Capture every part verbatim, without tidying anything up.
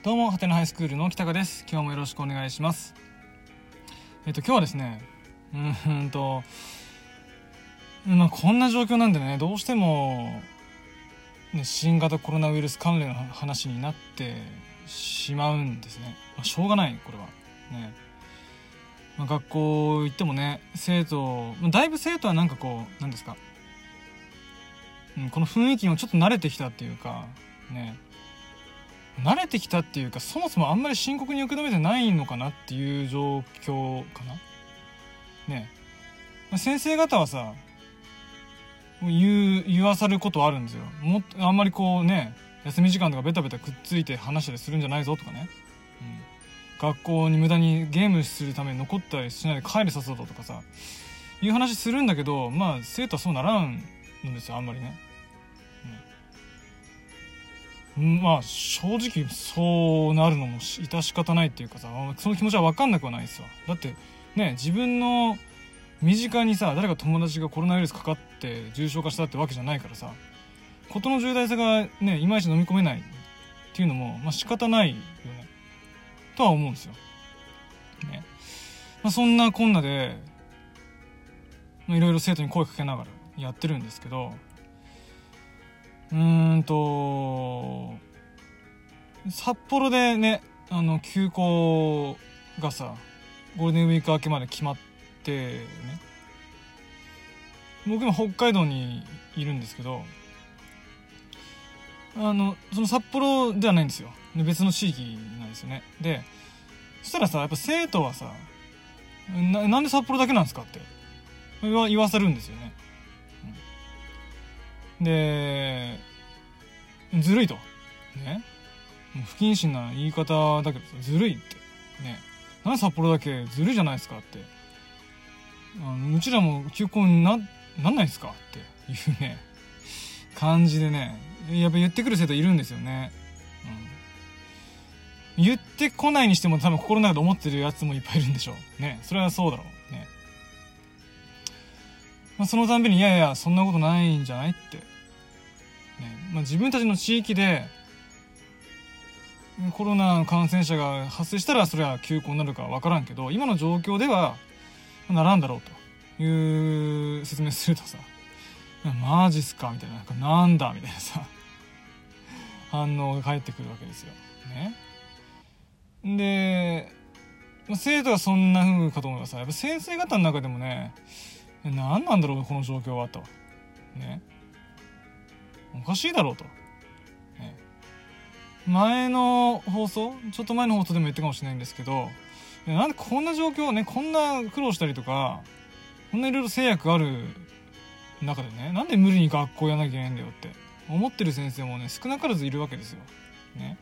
どうもハテナハイスクールの北川です。今日もよろしくお願いします。えっと今日はですねうーんとまあこんな状況なんでね、どうしても、ね、新型コロナウイルス関連の話になってしまうんですね。まあ、しょうがないこれはね。まあ、学校行ってもね、生徒だいぶ生徒はなんかこうなんですか、うん、この雰囲気にもちょっと慣れてきたっていうかね、慣れてきたっていうか、そもそもあんまり深刻に受け止めてないのかなっていう状況かなね。先生方はさ、言う言わさることあるんですよ。もっとあんまりこうね、休み時間とかベタベタくっついて話したりするんじゃないぞとかね、うん、学校に無駄にゲームするために残ったりしないで帰れさせろとかさ、いう話するんだけど、まあ生徒はそうならんのですよ、あんまりね。まあ正直そうなるのも致し方ないっていうかさ、その気持ちは分かんなくはないですわ。だってね、自分の身近にさ、誰か友達がコロナウイルスかかって重症化したってわけじゃないからさ、事の重大さがねいまいち飲み込めないっていうのもまあ仕方ないよねとは思うんですよね。まあ、そんなこんなでいろいろ生徒に声かけながらやってるんですけど、うーんと札幌でね、あの休校がさゴールデンウィーク明けまで決まってね、僕今北海道にいるんですけど、あのその札幌ではないんですよ、別の地域なんですよね。でそしたらさ、やっぱ生徒はさ な, なんで札幌だけなんですかって言 わ, 言わせるんですよね。でずるいとね、不謹慎な言い方だけどずるいってね、なんで札幌だけずるいじゃないですかって、あのうちらも休校に な, なんないですかっていうね感じでね、やっぱ言ってくる生徒いるんですよね、うん、言ってこないにしても多分心の中で思ってるやつもいっぱいいるんでしょうね。それはそうだろうね。まあ、そのたんびにいやいやそんなことないんじゃないって、ね、まあ、自分たちの地域でコロナの感染者が発生したらそれは休校になるか分からんけど、今の状況ではならんだろうという説明するとさ、マジっすかみたいな、なんかなんだみたいなさ反応が返ってくるわけですよね。で、まあ、生徒がそんな風かと思えばさ、やっぱ先生方の中でもね、何なんだろうこの状況はとね、おかしいだろうと、ね、前の放送ちょっと前の放送でも言ったかもしれないんですけど、なんでこんな状況ね、こんな苦労したりとかこんないろいろ制約ある中でね、なんで無理に学校やんなきゃいけないんだよって思ってる先生もね少なからずいるわけですよね。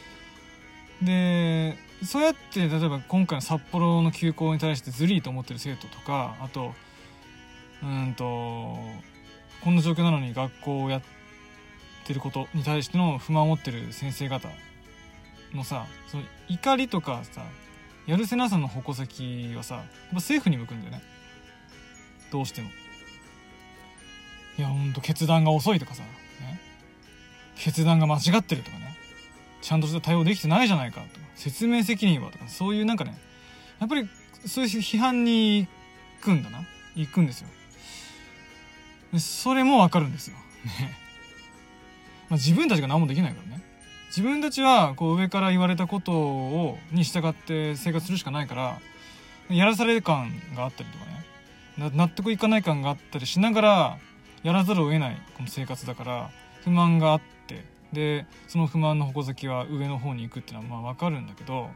でそうやって例えば今回の札幌の休校に対してずりーと思ってる生徒とか、あとうんとこんな状況なのに学校をやってることに対しての不満を持ってる先生方のさ、その怒りとかさやるせなさの矛先はさ、やっぱ政府に向くんだよね、どうしても。いやほんと決断が遅いとかさ、ね、決断が間違ってるとかね、ちゃんとした対応できてないじゃないかとか、説明責任はとか、そういうなんかね、やっぱりそういう批判に行くんだな行くんですよ。でそれもわかるんですよね。まあ、自分たちが何もできないからね、自分たちはこう上から言われたことをに従って生活するしかないから、やらされ感があったりとかね、納得いかない感があったりしながらやらざるを得ないこの生活だから、不満があって、でその不満の矛先は上の方に行くっていうのはまあ分かるんだけど、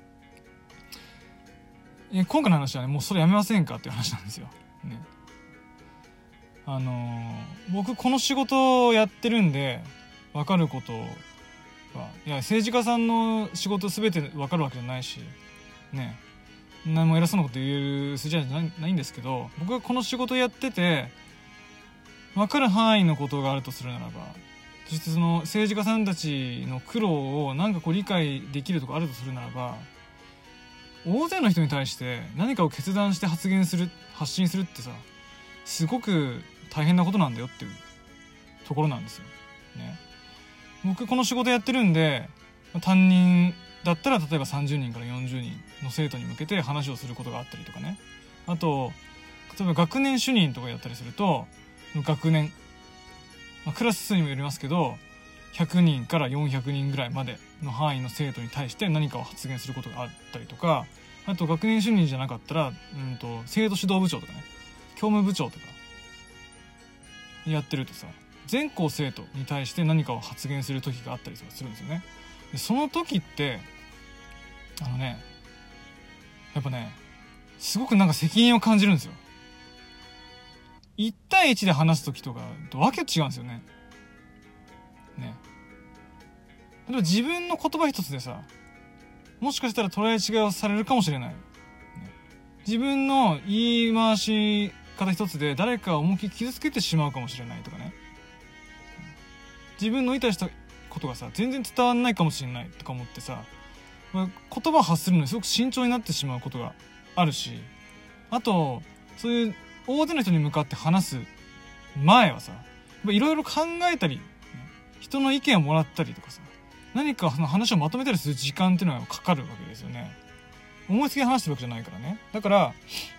今回の話はねもうそれやめませんかっていう話なんですよね。あのー、僕この仕事をやってるんで分かることは、いや政治家さんの仕事全て分かるわけじゃないしね、何も偉そうなこと言える筋合いじゃない、ないんですけど、僕がこの仕事やってて分かる範囲のことがあるとするならば、実質その政治家さんたちの苦労を何かこう理解できるとこあるとするならば、大勢の人に対して何かを決断して発言する発信するってさ、すごく大変なことなんだよっていうところなんですよね。僕この仕事やってるんで担任だったら例えばさんじゅうにんからよんじゅうにんの生徒に向けて話をすることがあったりとかね。あと例えば学年主任とかやったりすると、学年、まあ、クラス数にもよりますけどひゃくにんからよんひゃくにんぐらいまでの範囲の生徒に対して何かを発言することがあったりとか、あと学年主任じゃなかったら、うんと生徒指導部長とかね、教務部長とかやってるとさ、全校生徒に対して何かを発言する時があったりとかするんですよね。でその時ってあのねやっぱねすごくなんか責任を感じるんですよ。いち対いちで話す時とかとわけ違うんですよね。ね。例えば自分の言葉一つでさ、もしかしたら捉え違いをされるかもしれない。ね、自分の言い回し方一つで誰かを思いっきり傷つけてしまうかもしれないとかね。自分の言いたいしたことがさ全然伝わんないかもしれないとか思ってさ、まあ、言葉を発するのにすごく慎重になってしまうことがあるし、あとそういう大勢の人に向かって話す前はさいろいろ考えたり、人の意見をもらったりとかさ、何か話をまとめたりする時間っていうのがかかるわけですよね。思いつきで話してるわけじゃないからね。だから、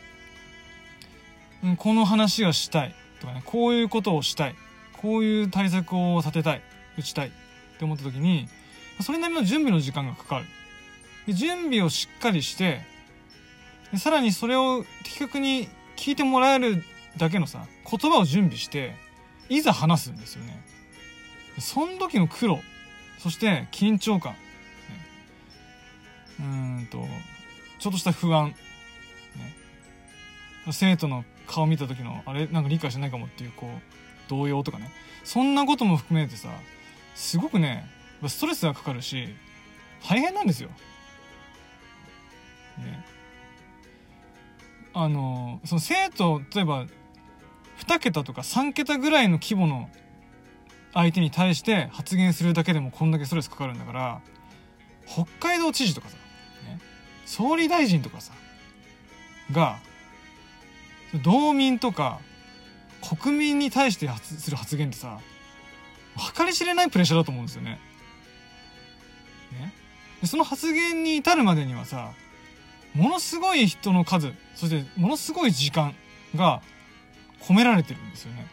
うん、この話がしたいとかね、こういうことをしたい、こういう対策を立てたい、打ちたいって思った時にそれなりの準備の時間がかかる。で準備をしっかりしてでさらにそれを的確に聞いてもらえるだけのさ言葉を準備していざ話すんですよね。その時の苦労、そして緊張感、ね、うーんとちょっとした不安、ね、生徒の顔見た時のあれなんか理解してないかもっていうこう動揺とかね、そんなことも含めてさすごくねストレスがかかるし大変なんですよ。ね、あのその生徒例えばに桁とかさん桁ぐらいの規模の相手に対して発言するだけでもこんだけストレスかかるんだから、北海道知事とかさ、ね、総理大臣とかさが道民とか国民に対して発する発言ってさ計り知れないプレッシャーだと思うんですよね。ねでその発言に至るまでにはさものすごい人の数、そしてものすごい時間が込められてるんですよね。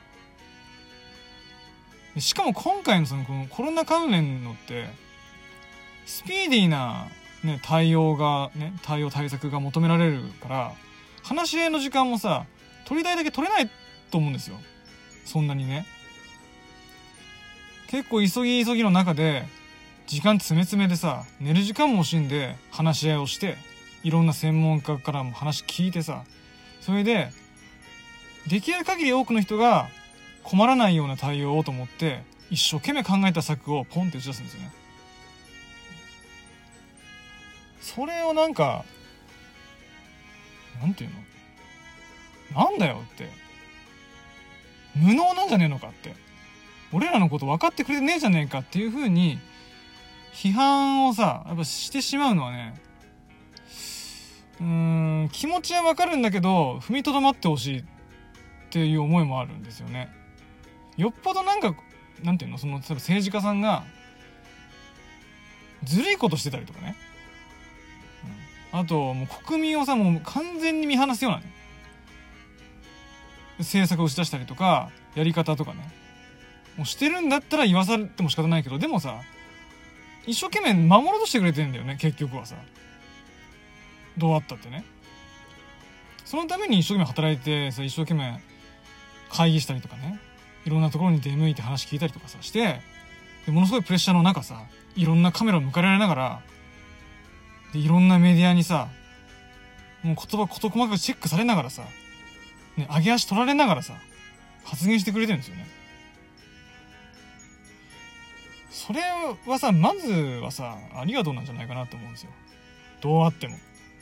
しかも今回のそのこのコロナ関連のってスピーディーな、ね、対応がね対応対策が求められるから話し合いの時間もさ取りたいだけ取れないと思うんですよ。そんなにね結構急ぎ急ぎの中で時間詰め詰めでさ寝る時間も惜しんで話し合いをしていろんな専門家からも話聞いてさ、それでできる限り多くの人が困らないような対応をと思って一生懸命考えた策をポンって打ち出すんですよね。それをなんかなんていうのなんだよって無能なんじゃねえのかって俺らのこと分かってくれてねえじゃねえかっていう風に批判をさやっぱしてしまうのはねうーん気持ちは分かるんだけど踏みとどまってほしいっていう思いもあるんですよね。よっぽどなんかなんていうのその例えば政治家さんがずるいことしてたりとかね、うん、あともう国民をさもう完全に見放すようなね政策を打ち出したりとかやり方とかねもうしてるんだったら言わされても仕方ないけど、でもさ一生懸命守ろうとしてくれてるんだよね結局はさ。どうあったってねそのために一生懸命働いてさ一生懸命会議したりとかねいろんなところに出向いて話聞いたりとかさしてでものすごいプレッシャーの中さいろんなカメラを向かれながらでいろんなメディアにさもう言葉事細かくチェックされながらさ、ね、上げ足取られながらさ発言してくれてるんですよね。それはさまずはさありがとうなんじゃないかなと思うんですよ。どうあってもね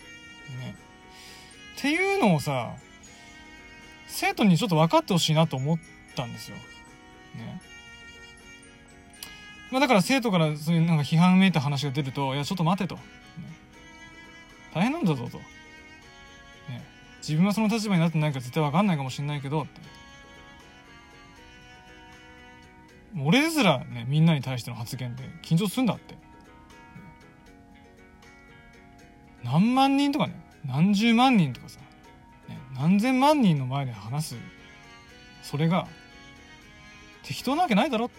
っていうのをさ生徒にちょっと分かってほしいなと思ったんですよ。ね。まあだから生徒からそういうなんか批判めいた話が出るといやちょっと待てと、ね、大変なんだぞと、ね、自分はその立場になってないから絶対分かんないかもしれないけどって俺ですらねみんなに対しての発言で緊張するんだって何万人とかね、何十万人とかさ、ね、何千万人の前で話す、それが適当なわけないだろって、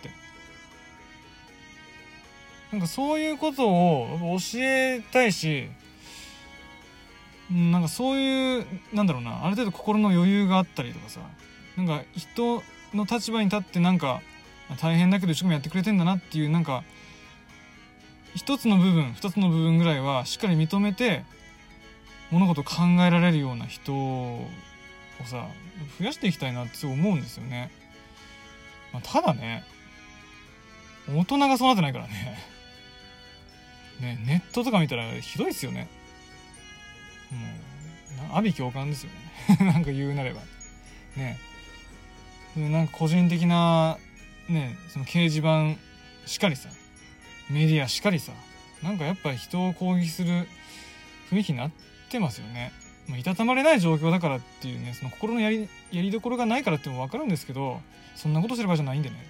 なんかそういうことを教えたいし、なんかそういうなんだろうな、ある程度心の余裕があったりとかさ、なんか人の立場に立ってなんか大変だけど一生懸命やってくれてんだなっていう、なんか一つの部分二つの部分ぐらいはしっかり認めて物事を考えられるような人をさ増やしていきたいなって思うんですよね。まあ、ただね、大人がそうなってないからねね、ネットとか見たらひどいですよね。もう阿鼻共感ですよねなんか言うなればね、なんか個人的なね、その掲示板しかりさ、メディアしかりさ、なんかやっぱり人を攻撃する雰囲気になってますよね。まあ、いたたまれない状況だからっていうね、その心のやりやりどころがないからっても分かるんですけど、そんなことしてる場合じゃないんでね。ね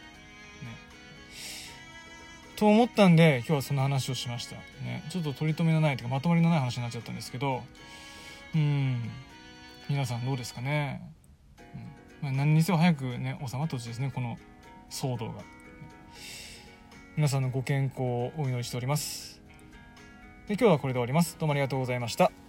と思ったんで今日はその話をしましたね。ちょっと取り留めのないというかまとまりのない話になっちゃったんですけど、うん、皆さんどうですかね。うん、まあ、何にせよ早くね収まってほしいですね、この騒動が。皆さんのご健康をお祈りしております。で、今日はこれで終わります。どうもありがとうございました。